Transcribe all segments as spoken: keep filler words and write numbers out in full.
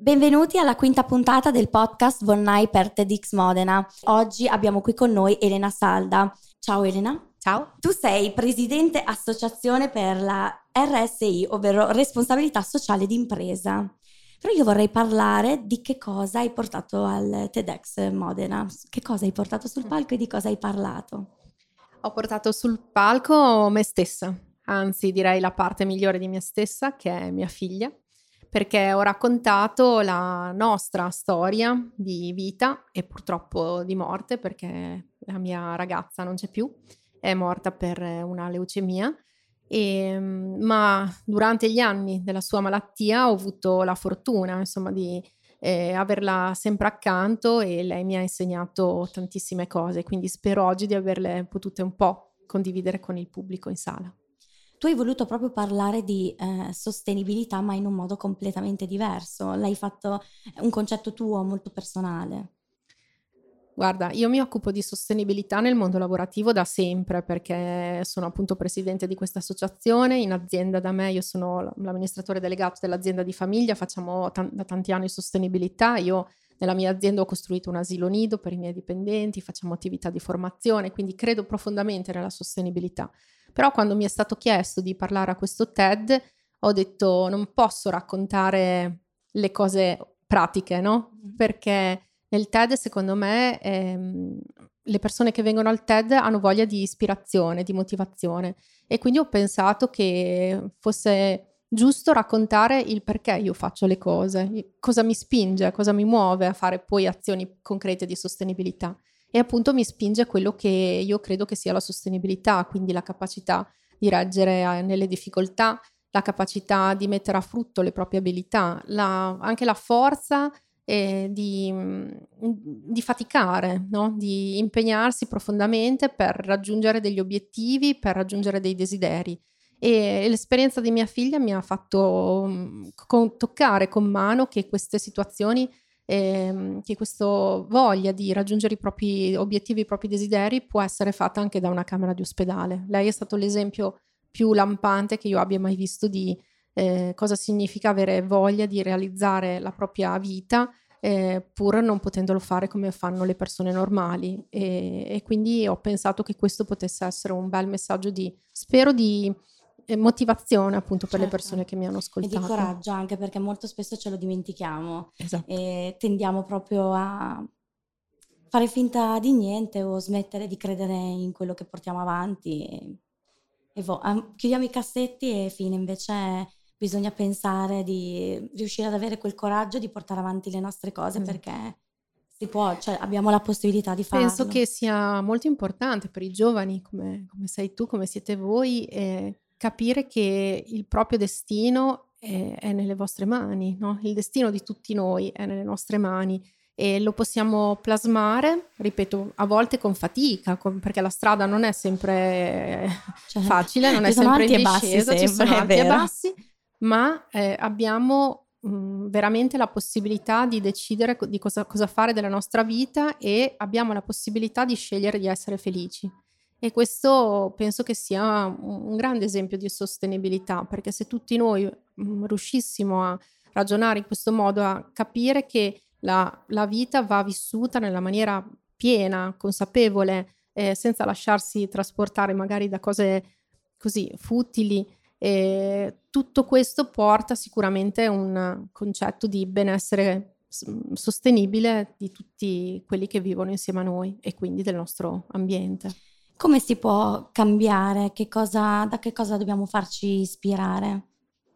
Benvenuti alla quinta puntata del podcast Vornai per TEDx Modena. Oggi abbiamo qui con noi Elena Salda. Ciao Elena. Ciao. Tu sei presidente associazione per la R S I, ovvero responsabilità sociale d'impresa. Però io vorrei parlare di che cosa hai portato al TEDx Modena. Che cosa hai portato sul palco e di cosa hai parlato? Ho portato sul palco me stessa, anzi direi la parte migliore di me stessa, che è mia figlia, perché ho raccontato la nostra storia di vita e purtroppo di morte, perché la mia ragazza non c'è più, è morta per una leucemia, e, ma durante gli anni della sua malattia ho avuto la fortuna, insomma, di eh, averla sempre accanto, e lei mi ha insegnato tantissime cose, quindi spero oggi di averle potute un po' condividere con il pubblico in sala. Tu hai voluto proprio parlare di eh, sostenibilità, ma in un modo completamente diverso. L'hai fatto un concetto tuo molto personale. Guarda, io mi occupo di sostenibilità nel mondo lavorativo da sempre, perché sono appunto presidente di questa associazione. In azienda da me, io sono l'amministratore delegato dell'azienda di famiglia, facciamo t- da tanti anni sostenibilità. Io nella mia azienda ho costruito un asilo nido per i miei dipendenti, facciamo attività di formazione, quindi credo profondamente nella sostenibilità. Però quando mi è stato chiesto di parlare a questo TED, ho detto non posso raccontare le cose pratiche, no? Perché nel TED, secondo me, ehm, le persone che vengono al TED hanno voglia di ispirazione, di motivazione, e quindi ho pensato che fosse giusto raccontare il perché io faccio le cose, cosa mi spinge, cosa mi muove a fare poi azioni concrete di sostenibilità. E appunto mi spinge quello che io credo che sia la sostenibilità, quindi la capacità di reggere nelle difficoltà, la capacità di mettere a frutto le proprie abilità, la, anche la forza eh, di, di faticare, no? Di impegnarsi profondamente per raggiungere degli obiettivi, per raggiungere dei desideri. E l'esperienza di mia figlia mi ha fatto um, con, toccare con mano che queste situazioni, ehm, che questa voglia di raggiungere i propri obiettivi, i propri desideri può essere fatta anche da una camera di ospedale. Lei è stato l'esempio più lampante che io abbia mai visto di eh, cosa significa avere voglia di realizzare la propria vita eh, pur non potendolo fare come fanno le persone normali, e, e quindi ho pensato che questo potesse essere un bel messaggio di, spero, di eh, motivazione appunto per Certo. le persone che mi hanno ascoltato. E di coraggio, anche perché molto spesso ce lo dimentichiamo. Esatto. E tendiamo proprio a fare finta di niente o smettere di credere in quello che portiamo avanti e, e vo- ah, chiudiamo i cassetti e fine. Invece bisogna pensare di riuscire ad avere quel coraggio di portare avanti le nostre cose, Esatto. perché si può, cioè abbiamo la possibilità di farlo. Penso che sia molto importante per i giovani, come, come sei tu, come siete voi, eh, capire che il proprio destino è, è nelle vostre mani, no? Il destino di tutti noi è nelle nostre mani, e lo possiamo plasmare, ripeto, a volte con fatica, con, perché la strada non è sempre Cioè, facile, non è ci sono sempre alti in e bassi discesa, ci sempre, sono è alti e vero. bassi, ma eh, abbiamo mh, veramente la possibilità di decidere co- di cosa, cosa fare della nostra vita, e abbiamo la possibilità di scegliere di essere felici. E questo penso che sia un, un grande esempio di sostenibilità, perché se tutti noi mh, riuscissimo a ragionare in questo modo, a capire che la, la vita va vissuta nella maniera piena, consapevole, eh, senza lasciarsi trasportare magari da cose così futili, e tutto questo porta sicuramente a un concetto di benessere s- sostenibile di tutti quelli che vivono insieme a noi e quindi del nostro ambiente. Come si può cambiare? Che cosa, da che cosa dobbiamo farci ispirare?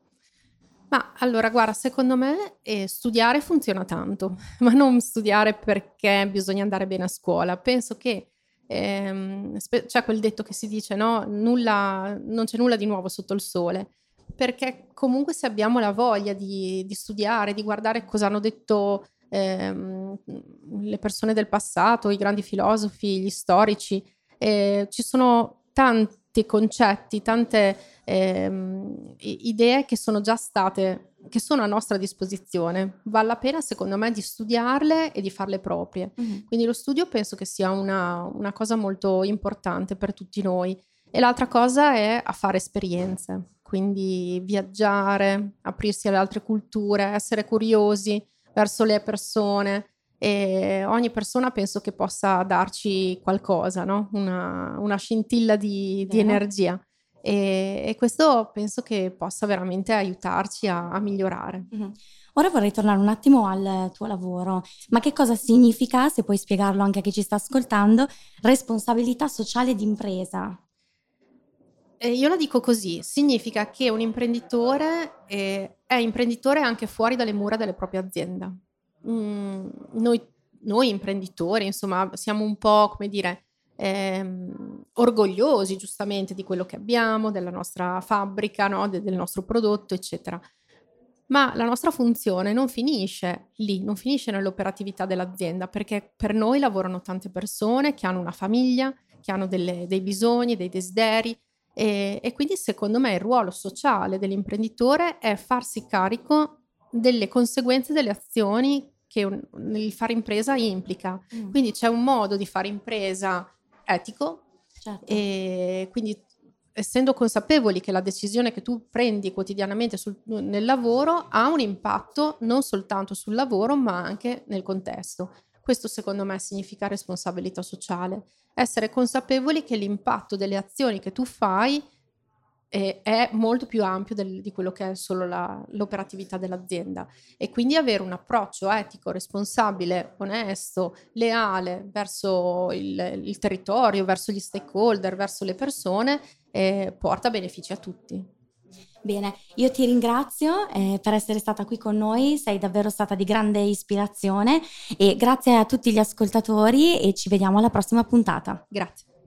Ma allora, guarda, secondo me eh, studiare funziona tanto, ma non studiare perché bisogna andare bene a scuola. Penso che ehm, spe- c'è quel detto che si dice, no? Nulla, non c'è nulla di nuovo sotto il sole, perché comunque se abbiamo la voglia di, di studiare, di guardare cosa hanno detto ehm, le persone del passato, i grandi filosofi, gli storici, eh, ci sono tanti concetti, tante ehm, idee che sono già state, che sono a nostra disposizione. Vale la pena, secondo me, di studiarle e di farle proprie. Mm. Quindi lo studio penso che sia una, una cosa molto importante per tutti noi. E l'altra cosa è a fare esperienze, quindi viaggiare, aprirsi alle altre culture, essere curiosi, verso le persone, e ogni persona penso che possa darci qualcosa, no? Una, una scintilla di, di Vero? energia. E, e questo penso che possa veramente aiutarci a, a migliorare. Mh-mh. Ora vorrei tornare un attimo al tuo lavoro. Ma che cosa significa, se puoi spiegarlo anche a chi ci sta ascoltando, responsabilità sociale d'impresa? E io la dico così: significa che un imprenditore, ehm, è imprenditore anche fuori dalle mura delle proprie azienda. Mhmm, noi noi imprenditori, insomma, siamo un po', come dire, ehm, orgogliosi giustamente di quello che abbiamo, della nostra fabbrica, no, de del nostro prodotto, eccetera. Ma la nostra funzione non finisce lì, non finisce nell'operatività dell'azienda, perché per noi lavorano tante persone che hanno una famiglia, che hanno delle dei bisogni, dei desideri, ehm, e quindi secondo me il ruolo sociale dell'imprenditore è farsi carico delle conseguenze delle azioni che un il fare impresa implica. Mh, Quindi c'è un modo di fare impresa etico, certo. e quindi, essendo consapevoli che la decisione che tu prendi quotidianamente sul nel lavoro ha un impatto non soltanto sul lavoro, ma anche nel contesto. Questo secondo me significa responsabilità sociale. Essere consapevoli che l'impatto delle azioni che tu fai, ehm, è molto più ampio del di quello che è solo la l'operatività dell'azienda, e quindi avere un approccio etico, responsabile, onesto, leale verso il il territorio, verso gli stakeholder, verso le persone, ehm, porta benefici a tutti. Bene, io ti ringrazio, ehm, per essere stata qui con noi, sei davvero stata di grande ispirazione e grazie a tutti gli ascoltatori e ci vediamo alla prossima puntata. Grazie.